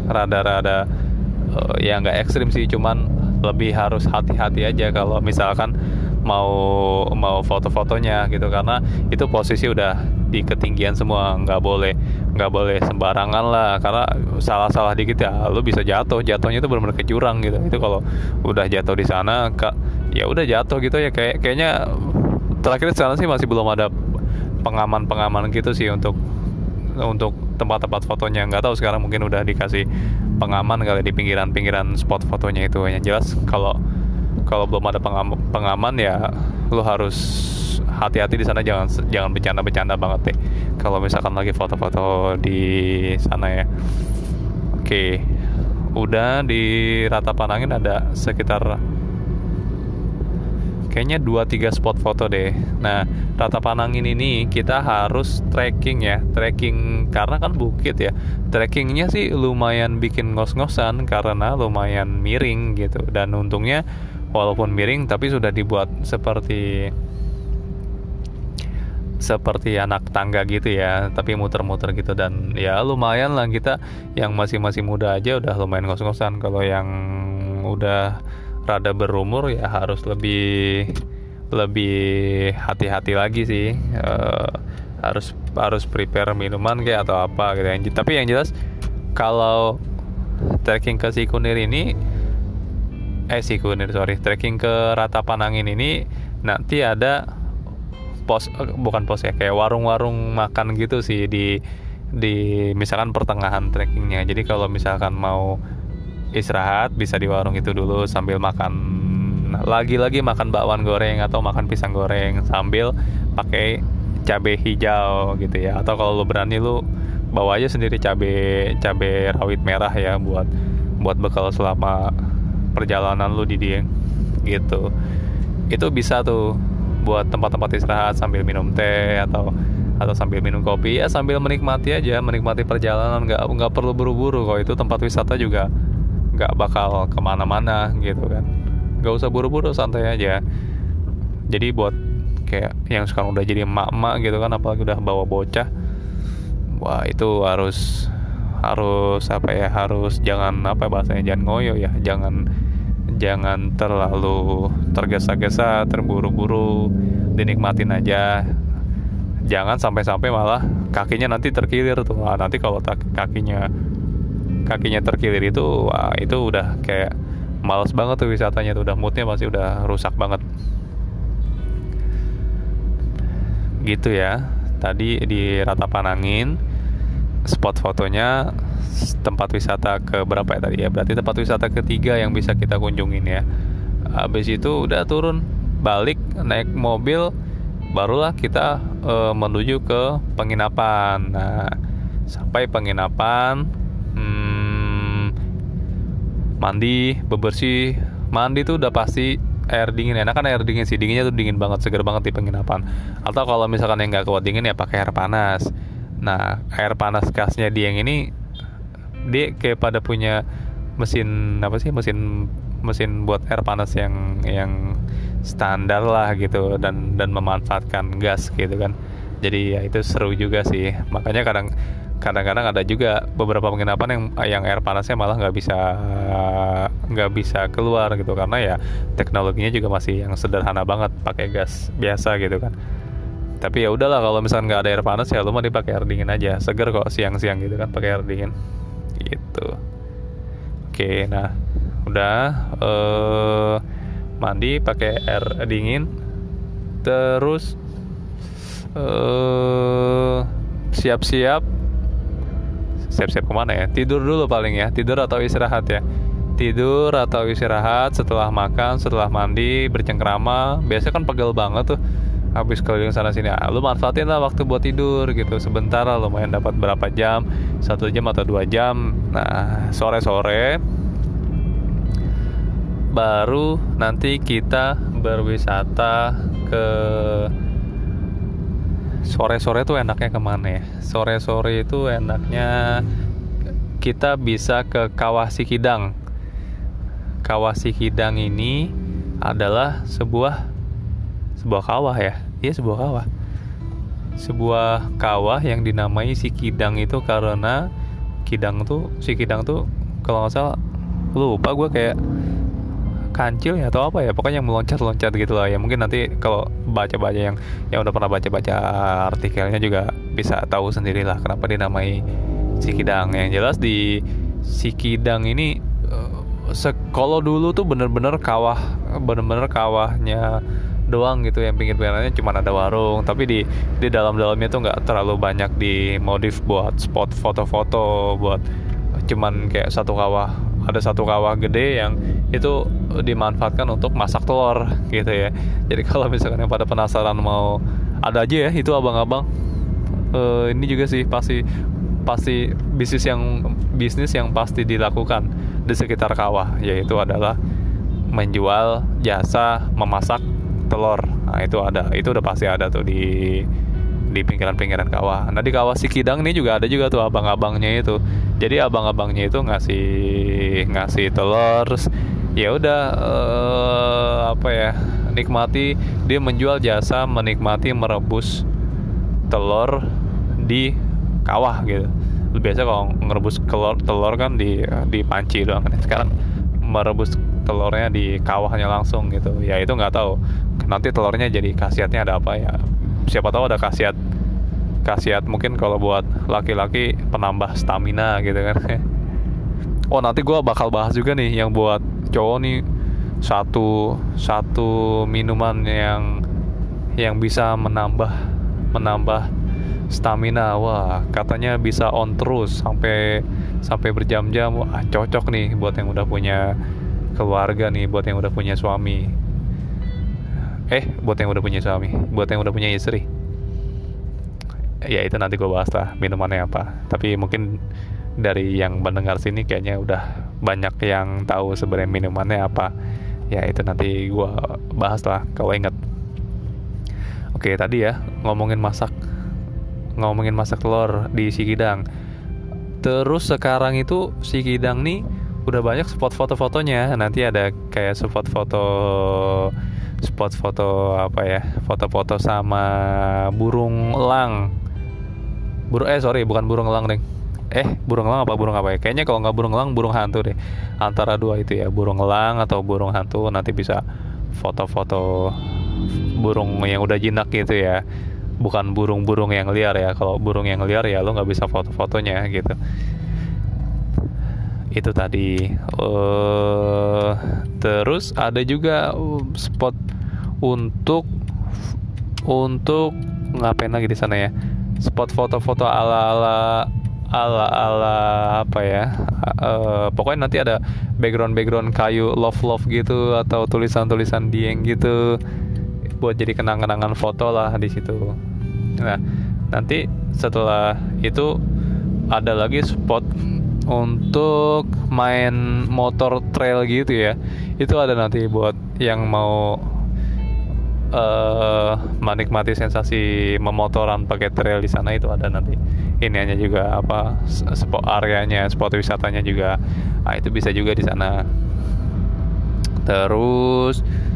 ya nggak ekstrim sih, cuman lebih harus hati-hati aja kalau misalkan mau foto-fotonya gitu, karena itu posisi udah di ketinggian semua, nggak boleh sembarangan lah, karena salah dikit ya lu bisa jatuhnya itu benar-benar ke jurang gitu. Itu kalau udah jatuh di sana ya udah jatuh gitu ya. Kayaknya terakhir sekarang sih masih belum ada pengaman gitu sih untuk tempat-tempat fotonya. Nggak tahu sekarang mungkin udah dikasih pengaman kali di pinggiran spot fotonya itu. Yang jelas kalau belum ada pengaman ya lo harus hati-hati di sana, jangan bercanda banget deh kalau misalkan lagi foto-foto di sana ya. Oke, udah di Ratapan Angin ada sekitar kayaknya 2-3 spot foto deh. Nah, Ratapan Angin ini kita harus trekking karena kan bukit ya. Trekkingnya sih lumayan bikin ngos-ngosan karena lumayan miring gitu. Dan untungnya walaupun miring tapi sudah dibuat seperti anak tangga gitu ya, tapi muter-muter gitu. Dan ya lumayan lah, kita yang masih muda aja udah lumayan ngos-ngosan. Kalau yang udah rada berumur ya harus lebih hati-hati lagi sih. Harus prepare minuman kayak atau apa gitu. Tapi yang jelas kalau trekking ke trekking ke Ratapan Angin ini nanti ada bukan pos ya, kayak warung-warung makan gitu sih di misalkan pertengahan trekkingnya. Jadi kalau misalkan mau istirahat bisa di warung itu dulu sambil makan lagi makan bakwan goreng atau makan pisang goreng sambil pakai cabai hijau gitu ya. Atau kalau lu berani lu bawa aja sendiri cabai rawit merah ya buat bekal selama perjalanan lu di Dieng gitu. Itu bisa tuh buat tempat-tempat istirahat sambil minum teh atau sambil minum kopi ya, sambil menikmati perjalanan. Nggak perlu buru-buru kok. Itu tempat wisata juga nggak bakal kemana-mana gitu kan. Nggak usah buru-buru, santai aja. Jadi buat kayak yang sekarang udah jadi emak-emak gitu kan, apalagi udah bawa bocah, wah itu harus jangan bahasanya, jangan ngoyo ya, jangan terlalu tergesa-gesa, terburu-buru, dinikmatin aja. Jangan sampai malah kakinya nanti terkilir tuh. Nah, nanti kalau kakinya terkilir itu, wah itu udah kayak males banget tuh wisatanya tuh, udah moodnya pasti udah rusak banget gitu ya. Tadi di Ratapan Angin spot fotonya, tempat wisata ke berapa ya tadi ya, berarti tempat wisata ketiga yang bisa kita kunjungin ya. Habis itu udah turun balik naik mobil, barulah kita menuju ke penginapan. Nah, sampai penginapan mandi, bebersih. Mandi tuh udah pasti air dingin. Enak kan air dingin sih, dinginnya tuh dingin banget, seger banget di penginapan. Atau kalau misalkan yang nggak kuat dingin ya pakai air panas. Nah, air panas khasnya Dieng ini dia kayak pada punya mesin buat air panas yang standar lah gitu, dan memanfaatkan gas gitu kan. Jadi ya itu seru juga sih. Makanya kadang-kadang ada juga beberapa penginapan yang air panasnya malah nggak bisa keluar gitu, karena ya teknologinya juga masih yang sederhana banget, pakai gas biasa gitu kan. Tapi ya udahlah, kalau misalkan nggak ada air panas ya lu mah dipakai air dingin aja, seger kok siang-siang gitu kan pakai air dingin gitu. Oke, nah udah mandi pakai air dingin, terus siap-siap kemana ya? Tidur dulu paling ya, tidur atau istirahat setelah makan, setelah mandi, bercengkrama. Biasanya kan pegel banget tuh habis keliling sana sini. Lu manfaatin lah waktu buat tidur gitu sebentar lah, lumayan dapat berapa jam, 1 jam atau 2 jam. Nah, sore baru nanti kita berwisata ke sore tuh enaknya kemana ya? Sore itu enaknya kita bisa ke Kawah Sikidang. Kawah Sikidang ini adalah sebuah kawah ya. Iya, sebuah kawah. Sebuah kawah yang dinamai Sikidang itu karena Sikidang tuh kalau nggak salah, lupa gue, kayak kancil ya atau apa ya, pokoknya yang meloncat gitu lah ya. Mungkin nanti kalau baca yang udah pernah baca artikelnya juga bisa tahu sendirilah kenapa dinamai Sikidang. Yang jelas di Sikidang ini kalau dulu tuh bener-bener kawahnya doang gitu, yang pinggir-pinggirnya cuma ada warung, tapi di dalamnya tuh nggak terlalu banyak dimodif buat spot foto-foto, buat cuman kayak ada satu kawah gede yang itu dimanfaatkan untuk masak telur gitu ya. Jadi kalau misalkan yang pada penasaran mau, ada aja ya itu abang-abang. Ini juga sih pasti bisnis yang pasti dilakukan di sekitar kawah, yaitu adalah menjual jasa memasak telur. Nah itu udah pasti ada tuh di pinggiran-pinggiran kawah. Nah di kawah Sikidang ini ada juga tuh abang-abangnya itu. Jadi abang-abangnya itu ngasih telur, ya udah nikmati, dia menjual jasa menikmati merebus telur di kawah gitu. Biasa kalau ngerebus telur kan di panci doang kan. Sekarang merebus telurnya di kawahnya langsung gitu. Ya itu nggak tahu nanti telurnya jadi khasiatnya ada apa ya. Siapa tahu ada khasiat mungkin kalau buat laki-laki penambah stamina gitu kan. Oh nanti gue bakal bahas juga nih yang buat cowok nih, satu minuman yang bisa menambah stamina. Wah katanya bisa on terus sampai berjam-jam. Wah cocok nih buat yang udah punya keluarga nih, buat yang udah punya suami. Buat yang udah punya istri. Ya itu nanti gue bahas lah minumannya apa. Tapi mungkin dari yang mendengar sini kayaknya udah banyak yang tahu sebenarnya minumannya apa. Ya itu nanti gue bahas lah kalau inget. Oke tadi ya ngomongin masak telur di Sikidang. Terus sekarang itu Sikidang nih udah banyak spot foto-fotonya. Nanti ada kayak spot foto foto-foto sama burung elang. Bukan burung elang deh. Burung elang apa burung apa ya? Kayaknya kalau nggak burung elang, burung hantu deh. Antara dua itu ya, burung elang atau burung hantu. Nanti bisa foto-foto burung yang udah jinak gitu ya. Bukan burung-burung yang liar ya. Kalau burung yang liar ya lo nggak bisa foto-fotonya gitu. Itu tadi. Terus ada juga spot untuk ngapain lagi di sana ya? Spot foto-foto ala apa ya? Pokoknya nanti ada background kayu love gitu atau tulisan Dieng gitu buat jadi kenang-kenangan foto lah di situ. Nah, nanti setelah itu ada lagi spot untuk main motor trail gitu ya. Itu ada nanti buat yang mau menikmati sensasi memotoran pakai trail di sana. Itu ada nanti iniannya juga spot areanya, spot wisatanya juga. Nah, itu bisa juga di sana. Terus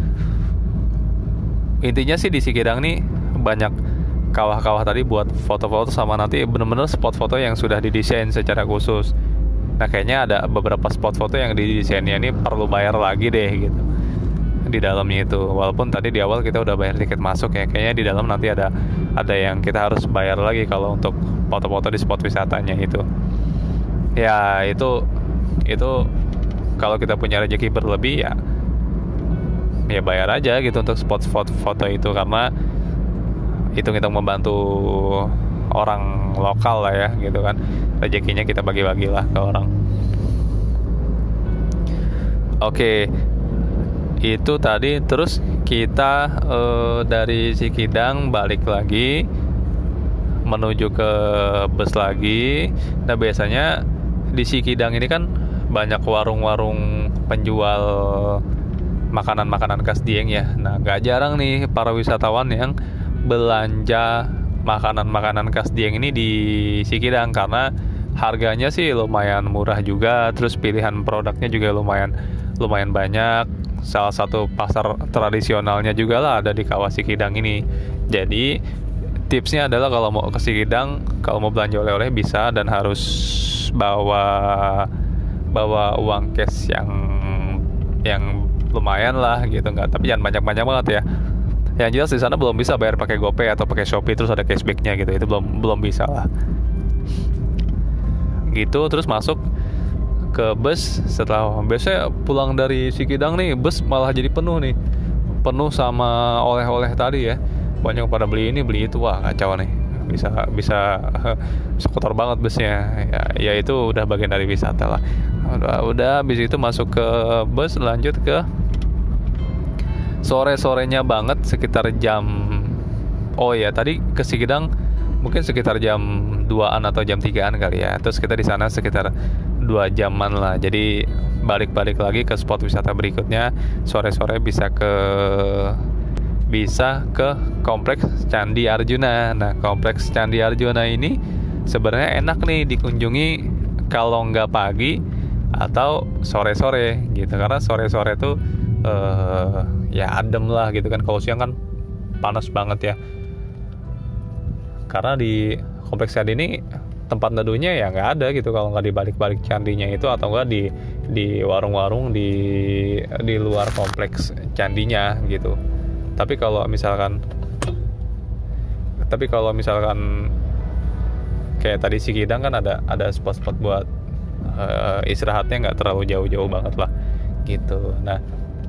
intinya sih di Sikidang nih banyak kawah-kawah tadi buat foto-foto, sama nanti bener-bener spot foto yang sudah didesain secara khusus. Nah kayaknya ada beberapa spot foto yang didesainnya ini perlu bayar lagi deh gitu di dalamnya itu. Walaupun tadi di awal kita udah bayar tiket masuk ya, kayaknya di dalam nanti ada yang kita harus bayar lagi kalau untuk foto-foto di spot wisatanya itu. Ya itu kalau kita punya rezeki berlebih ya bayar aja gitu untuk spot foto itu, karena hitung-hitung membantu orang lokal lah ya gitu kan. Rezekinya kita bagi-bagi lah ke orang. Oke, itu tadi. Terus kita dari Sikidang balik lagi menuju ke bus lagi. Nah biasanya di Sikidang ini kan banyak warung-warung penjual makanan-makanan khas Dieng ya. Nah gak jarang nih para wisatawan yang belanja makanan-makanan khas Dieng ini di Sikidang, karena harganya sih lumayan murah juga, terus pilihan produknya juga lumayan banyak. Salah satu pasar tradisionalnya juga lah ada di kawah Sikidang ini. Jadi tipsnya adalah kalau mau ke Sikidang, kalau mau belanja oleh-oleh bisa, dan harus bawa uang cash yang lumayan lah gitu, tapi jangan banyak-banyak banget ya. Yang jelas di sana belum bisa bayar pakai GoPay atau pakai Shopee terus ada cashbacknya gitu. Itu belum bisa lah. Gitu, terus masuk ke bus. Setelah biasanya pulang dari Sikidang nih, bus malah jadi penuh nih. Penuh sama oleh-oleh tadi ya. Banyak pada beli ini, beli itu. Wah, kacau nih. Bisa kotor banget busnya. Ya itu udah bagian dari wisata lah. Udah habis itu masuk ke bus, lanjut ke sore-sorenya banget sekitar jam, oh ya tadi ke Sikidang mungkin sekitar jam 2-an atau jam 3-an kali ya. Terus kita di sana sekitar 2 jaman lah. Jadi balik-balik lagi ke spot wisata berikutnya. Sore-sore bisa ke kompleks Candi Arjuna. Nah, kompleks Candi Arjuna ini sebenarnya enak nih dikunjungi kalau nggak pagi atau sore-sore gitu. Karena sore-sore tuh ya adem lah gitu kan. Kalau siang kan panas banget ya. Karena di kompleks candi ini tempat neduhnya ya nggak ada gitu kalau nggak di balik-balik candinya itu, atau nggak di warung-warung di luar kompleks candinya gitu. Tapi kalau misalkan kayak tadi Sikidang kan ada spot-spot buat istirahatnya nggak terlalu jauh-jauh banget lah gitu. Nah,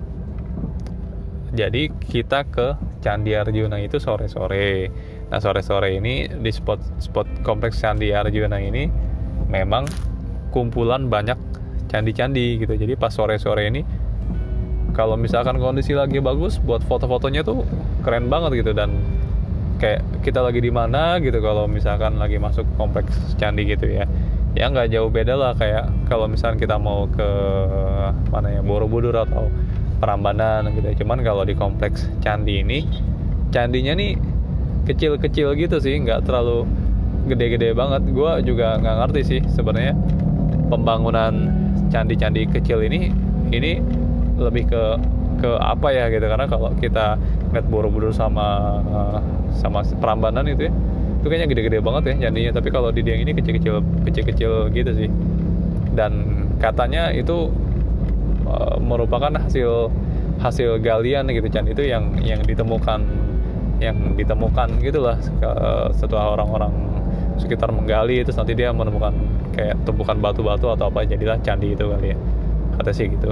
jadi kita ke Candi Arjuna itu sore-sore. Nah, sore-sore ini di spot kompleks Candi Arjuna ini memang kumpulan banyak candi-candi gitu. Jadi pas sore-sore ini kalau misalkan kondisi lagi bagus, buat foto-fotonya tuh keren banget gitu. Dan kayak kita lagi di mana gitu kalau misalkan lagi masuk kompleks candi gitu ya. Ya nggak jauh beda lah kayak kalau misalkan kita mau ke mana ya, Borobudur atau Prambanan gitu. Cuman kalau di kompleks candi ini, candinya nih kecil-kecil gitu sih, nggak terlalu gede-gede banget. Gue juga nggak ngerti sih sebenarnya pembangunan candi-candi kecil ini lebih ke apa ya gitu. Karena kalau kita lihat Borobudur sama Prambanan itu ya, itu kayaknya gede-gede banget ya candinya. Tapi kalau di Dieng ini kecil-kecil gitu sih. Dan katanya itu merupakan hasil galian gitu, candi itu yang ditemukan gitulah setelah orang-orang sekitar menggali, terus nanti dia menemukan kayak tumpukan batu-batu atau apa, jadilah candi itu kali ya, kata sih gitu.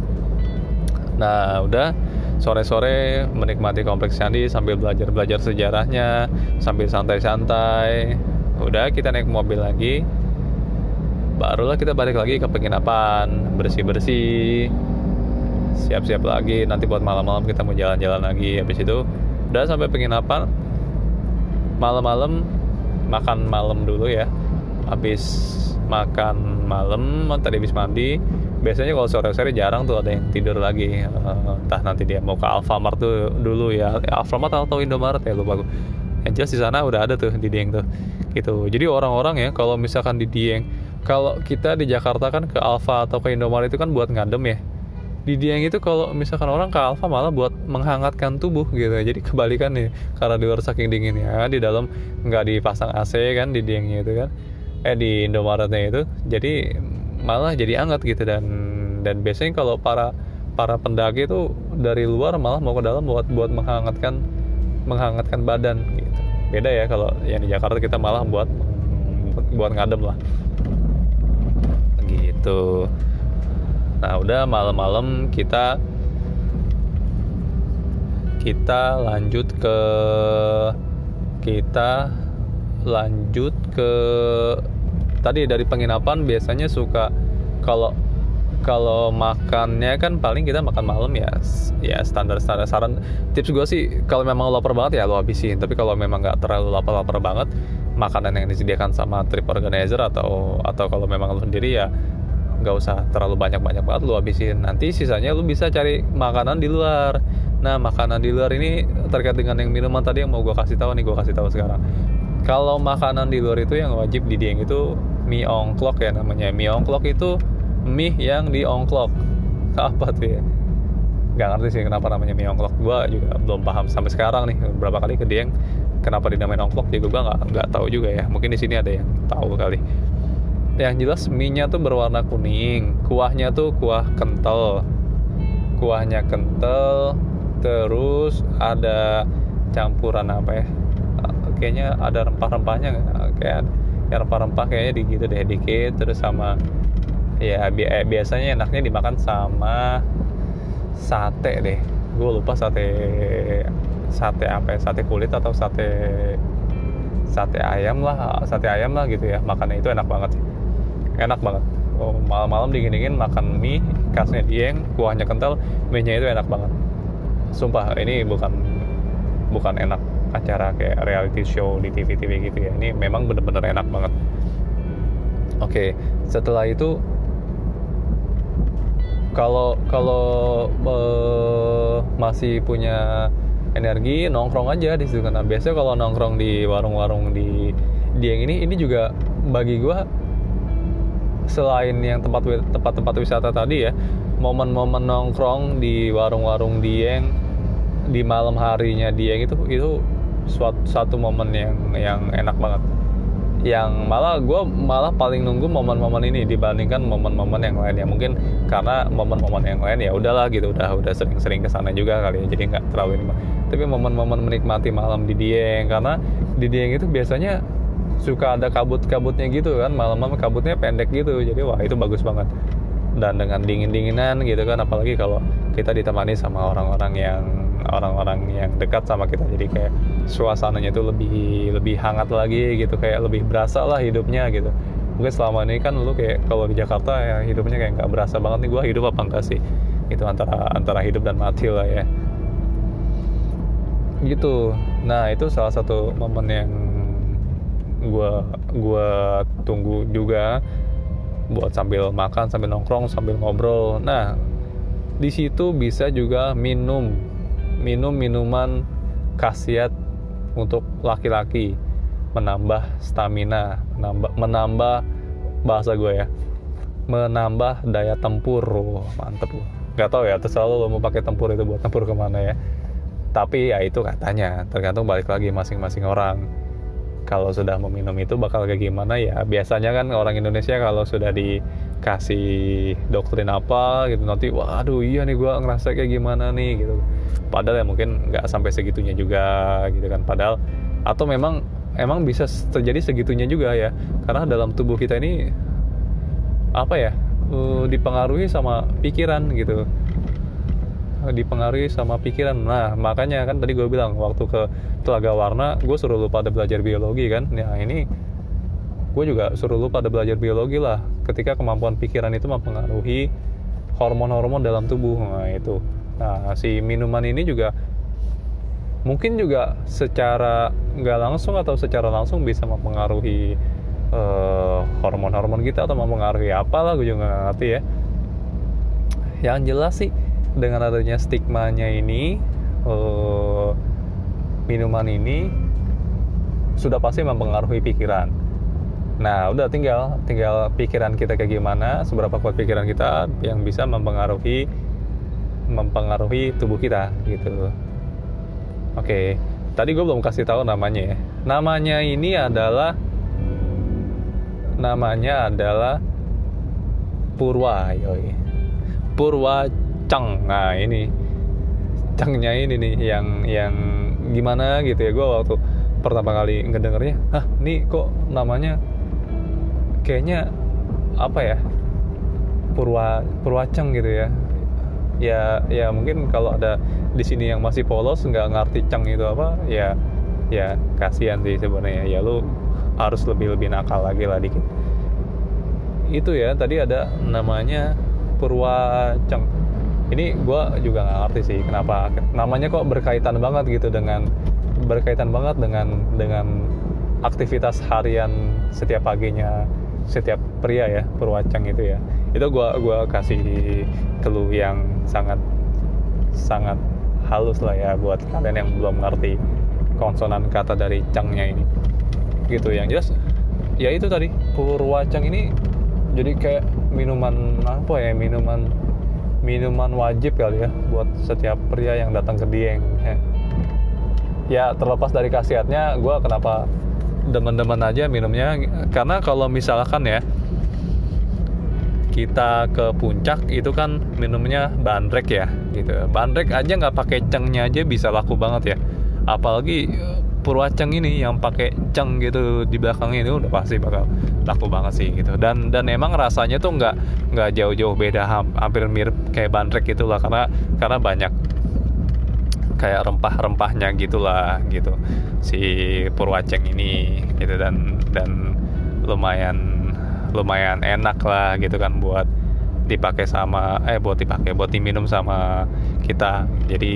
Nah, udah sore-sore menikmati kompleks candi sambil belajar sejarahnya, sambil santai-santai. Udah, kita naik mobil lagi. Barulah kita balik lagi ke penginapan, bersih-bersih, siap-siap lagi. Nanti buat malam-malam kita mau jalan-jalan lagi. Habis itu udah sampai penginapan, malam-malam makan malam dulu ya. Habis makan malam, tadi habis mandi. Biasanya kalau sore-sore jarang tuh ada yang tidur lagi. Entah nanti dia mau ke Alfamart tuh dulu ya. Alfamart atau Indomaret ya, lupa gue. Yang jelas di sana udah ada tuh di Dieng tuh gitu. Jadi orang-orang ya kalau misalkan di Dieng, kalau kita di Jakarta kan ke Alfa atau ke Indomaret itu kan buat ngadem ya. Di Dieng itu kalau misalkan orang ke Alfa malah buat menghangatkan tubuh gitu. Jadi kebalikan nih, karena di luar saking dinginnya, di dalam nggak dipasang AC kan di Diengnya itu kan, di Indomaretnya itu, jadi malah jadi hangat gitu. Dan biasanya kalau para pendaki itu dari luar malah mau ke dalam buat menghangatkan badan gitu. Beda ya kalau yang di Jakarta, kita malah buat ngadem lah gitu. Nah, udah malam-malam kita lanjut ke tadi dari penginapan. Biasanya suka kalau makannya kan paling kita makan malam ya standar. Saran tips gue sih, kalau memang lapar banget ya lo habisin. Tapi kalau memang nggak terlalu lapar banget, makanan yang disediakan sama trip organizer atau kalau memang lo sendiri ya nggak usah terlalu banyak banget lo habisin. Nanti sisanya lo bisa cari makanan di luar. Nah, makanan di luar ini terkait dengan yang minuman tadi yang mau gue kasih tahu sekarang. Kalau makanan di luar itu yang wajib di Dieng itu mie ongklok ya namanya. Mie ongklok itu mie yang diongklok. Apa tuh ya? Gak ngerti sih kenapa namanya mie ongklok. Gue juga belum paham sampai sekarang nih. Berapa kali ke Dieng, kenapa dinamain ongklok juga gue nggak tahu juga ya. Mungkin di sini ada yang tahu kali. Yang jelas mie-nya tuh berwarna kuning. Kuahnya tuh kuah kental. terus ada campuran apa ya, kayaknya ada rempah-rempahnya kayak ya rempah-rempah kayaknya gitu deh dikit, terus sama ya biasanya enaknya dimakan sama sate deh, gue lupa sate apa ya, sate kulit atau sate ayam lah gitu ya. Makannya itu enak banget sih, enak banget. Malam-malam dingin-dingin makan mie khasnya Dieng, kuahnya kental, mie-nya itu enak banget. Sumpah ini bukan enak acara kayak reality show di TV-TV gitu ya. Ini memang bener-bener enak banget. Oke, setelah itu kalau masih punya energi nongkrong aja di situ. Karena biasanya kalau nongkrong di warung-warung di Dieng ini juga bagi gue, selain yang tempat-tempat wisata tadi ya, momen-momen nongkrong di warung-warung Dieng di malam harinya Dieng itu suatu momen yang enak banget. Yang gue malah paling nunggu momen-momen ini dibandingkan momen-momen yang lain ya. Mungkin karena momen-momen yang lain ya udahlah gitu, udah sering-sering kesana juga kali ya, jadi nggak terlalu ini. Tapi momen-momen menikmati malam di Dieng, karena di Dieng itu biasanya suka ada kabut-kabutnya gitu kan, malam-malam kabutnya pendek gitu, jadi wah itu bagus banget. Dan dengan dingin-dinginan gitu kan, apalagi kalau kita ditemani sama orang-orang yang dekat sama kita, jadi kayak suasananya itu lebih hangat lagi gitu, kayak lebih berasa lah hidupnya gitu. Mungkin selama ini kan lu kayak kalau di Jakarta ya hidupnya kayak nggak berasa banget nih, gua hidup apa enggak sih, itu antara hidup dan mati lah ya gitu. Nah itu salah satu momen yang gue tunggu juga, buat sambil makan, sambil nongkrong, sambil ngobrol. Nah di situ bisa juga minum minuman khasiat untuk laki-laki, menambah stamina, menambah bahasa gue ya, menambah daya tempur. Mantep loh. Gak tau ya, terserah lo mau pakai tempur itu buat tempur kemana ya. Tapi ya itu katanya, tergantung balik lagi masing-masing orang. Kalau sudah meminum itu bakal kayak gimana ya. Biasanya kan orang Indonesia kalau sudah dikasih doktrin apa gitu, nanti waduh iya nih gue ngerasa kayak gimana nih gitu. Padahal ya mungkin nggak sampai segitunya juga gitu kan. Padahal atau emang bisa terjadi segitunya juga ya. Karena dalam tubuh kita ini apa ya, dipengaruhi sama pikiran gitu. Nah makanya kan tadi gue bilang waktu ke Telaga Warna gue suruh lu pada belajar biologi kan. Nah ini gue juga suruh lu pada belajar biologi lah, ketika kemampuan pikiran itu mempengaruhi hormon-hormon dalam tubuh. Nah si minuman ini juga mungkin juga secara nggak langsung atau secara langsung bisa mempengaruhi hormon-hormon kita, atau mempengaruhi apalah gue juga nggak ngerti ya. Yang jelas sih dengan adanya stigmanya ini, minuman ini sudah pasti mempengaruhi pikiran. Nah udah tinggal pikiran kita kayak gimana, seberapa kuat pikiran kita yang bisa mempengaruhi tubuh kita gitu. Oke, tadi gue belum kasih tahu namanya ya. Namanya adalah Purwa Chang. Nah ini Changnya ini nih yang gimana gitu ya. Gue waktu pertama kali ngedengernya, nih kok namanya kayaknya apa ya, Purwacang gitu ya. Ya mungkin kalau ada di sini yang masih polos nggak ngerti Cang itu apa ya kasihan sih sebenarnya ya, lu harus lebih nakal lagi lah dikit. Itu ya tadi ada namanya Purwacang. Ini gue juga nggak ngerti sih kenapa namanya kok berkaitan banget dengan aktivitas harian setiap paginya setiap pria ya, Purwacang itu ya. Itu gue kasih clue yang sangat halus lah ya buat kalian yang belum ngerti konsonan kata dari Cangnya ini gitu. Yang jelas ya itu tadi Purwacang ini jadi kayak minuman apa ya, minuman wajib kali ya buat setiap pria yang datang ke Dieng ya. Terlepas dari khasiatnya, gue kenapa demen-demen aja minumnya, karena kalau misalkan ya kita ke puncak itu kan minumnya bandrek ya gitu. Bandrek aja nggak pakai cengnya aja bisa laku banget ya, apalagi Purwaceng ini yang pakai ceng gitu di belakangnya itu udah pasti bakal laku banget sih gitu. Dan emang rasanya tuh nggak jauh-jauh beda, hampir mirip kayak bandrek gitulah, karena banyak kayak rempah-rempahnya gitulah gitu si Purwaceng ini gitu. Dan lumayan enak lah gitu kan buat dipakai buat diminum sama kita. Jadi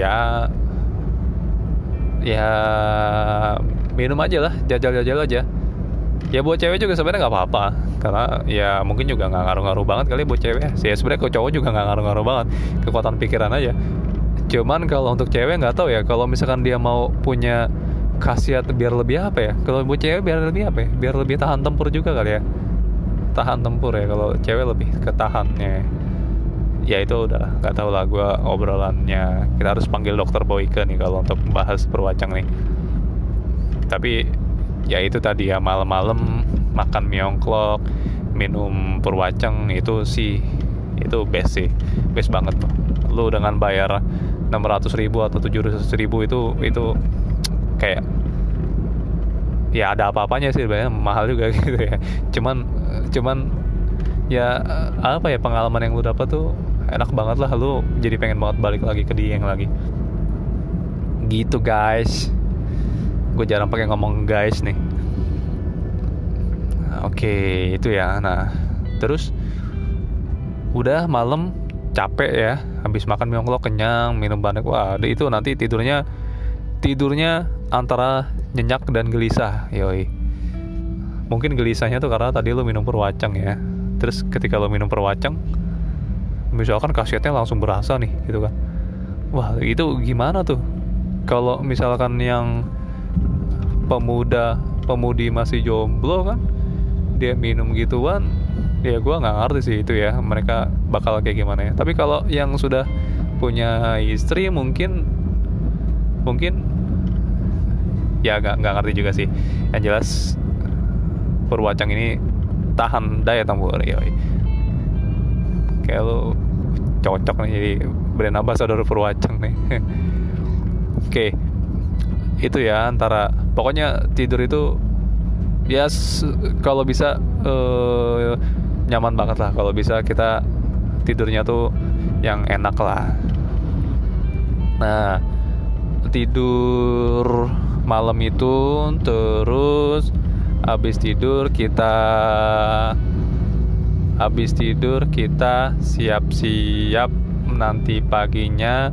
ya minum aja lah, jajal aja ya. Buat cewek juga sebenarnya nggak apa-apa, karena ya mungkin juga nggak ngaruh-ngaruh banget kali buat cewek sih. Sebenarnya ke cowok juga nggak ngaruh-ngaruh banget, kekuatan pikiran aja. Cuman kalau untuk cewek nggak tahu ya, kalau misalkan dia mau punya khasiat biar lebih apa ya, kalau buat cewek biar lebih apa ya, biar lebih tahan tempur juga kali ya, tahan tempur ya. Kalau cewek lebih ketahannya ya itu udah nggak tahu lah, gue obrolannya kita harus panggil dokter Boyke nih kalau untuk bahas Purwaceng nih. Tapi ya itu tadi ya, malam-malam makan mie-ongklok, minum Purwaceng itu best sih, best banget tuh. Lu dengan bayar 600.000 atau 700.000 itu kayak ya ada apa-apanya sih, sebenarnya mahal juga gitu ya. Cuman ya apa ya, pengalaman yang lu dapat tuh enak banget lah, lu jadi pengen banget balik lagi ke Dieng lagi gitu guys. Gue jarang pakai ngomong guys nih. Oke, itu ya. Nah terus udah malam capek ya, habis makan mie ongklok kenyang, minum bandrek, wah itu nanti tidurnya antara nyenyak dan gelisah. Yoi, mungkin gelisahnya tuh karena tadi lu minum Purwaceng ya. Terus ketika lu minum Purwaceng, misalkan khasiatnya langsung berasa nih gitu kan. Wah itu gimana tuh kalau misalkan yang pemudi masih jomblo kan, dia minum gituan, ya gue nggak ngerti sih itu ya, mereka bakal kayak gimana ya. Tapi kalau yang sudah punya istri mungkin ya nggak ngerti juga sih. Yang jelas Purwaceng ini tahan daya tempur. Kayak lu cocok nih jadi brand ambassador Purwaceng nih. Oke, itu ya, antara pokoknya tidur itu ya kalau bisa nyaman banget lah. Kalau bisa kita tidurnya tuh yang enak lah. Nah tidur malam itu, terus habis tidur kita siap-siap nanti paginya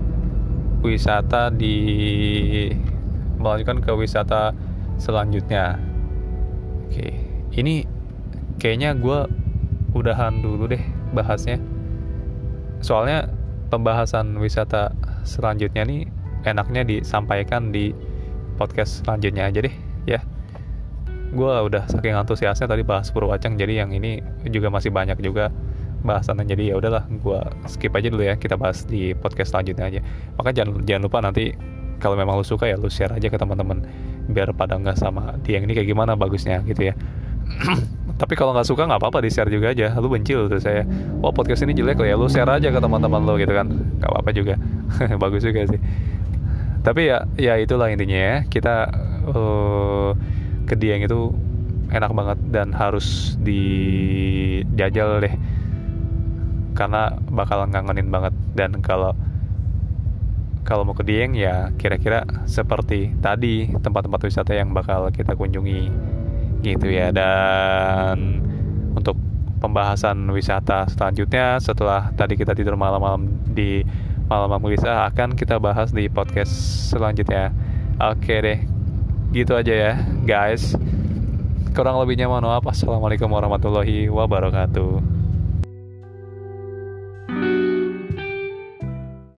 melanjutkan ke wisata selanjutnya. Oke, ini kayaknya gue udahan dulu deh bahasnya, soalnya pembahasan wisata selanjutnya nih enaknya disampaikan di podcast selanjutnya aja deh ya. Gue udah saking antusiasnya tadi bahas Purwaceng, jadi yang ini juga masih banyak juga bahasannya, jadi ya udahlah gue skip aja dulu ya, kita bahas di podcast selanjutnya aja. Maka jangan lupa nanti kalau memang lu suka ya lu share aja ke teman-teman biar pada nggak sama dia yang ini kayak gimana bagusnya gitu ya. Tapi kalau nggak suka nggak apa-apa, di share juga aja. Lu benci lu tuh saya, wah podcast ini jelek ya, lu share aja ke teman-teman lu gitu kan, nggak apa-apa juga. Bagus juga sih. Tapi ya itulah intinya ya, kita ke Dieng itu enak banget dan harus dijajal deh, karena bakal ngangenin banget. Dan kalau mau ke Dieng ya kira-kira seperti tadi tempat-tempat wisata yang bakal kita kunjungi gitu ya. Dan untuk pembahasan wisata selanjutnya setelah tadi kita tidur malam-malam di malam-malam gelisah akan kita bahas di podcast selanjutnya. Oke deh, gitu aja ya guys, kurang lebihnya mohon maaf. Assalamualaikum warahmatullahi wabarakatuh.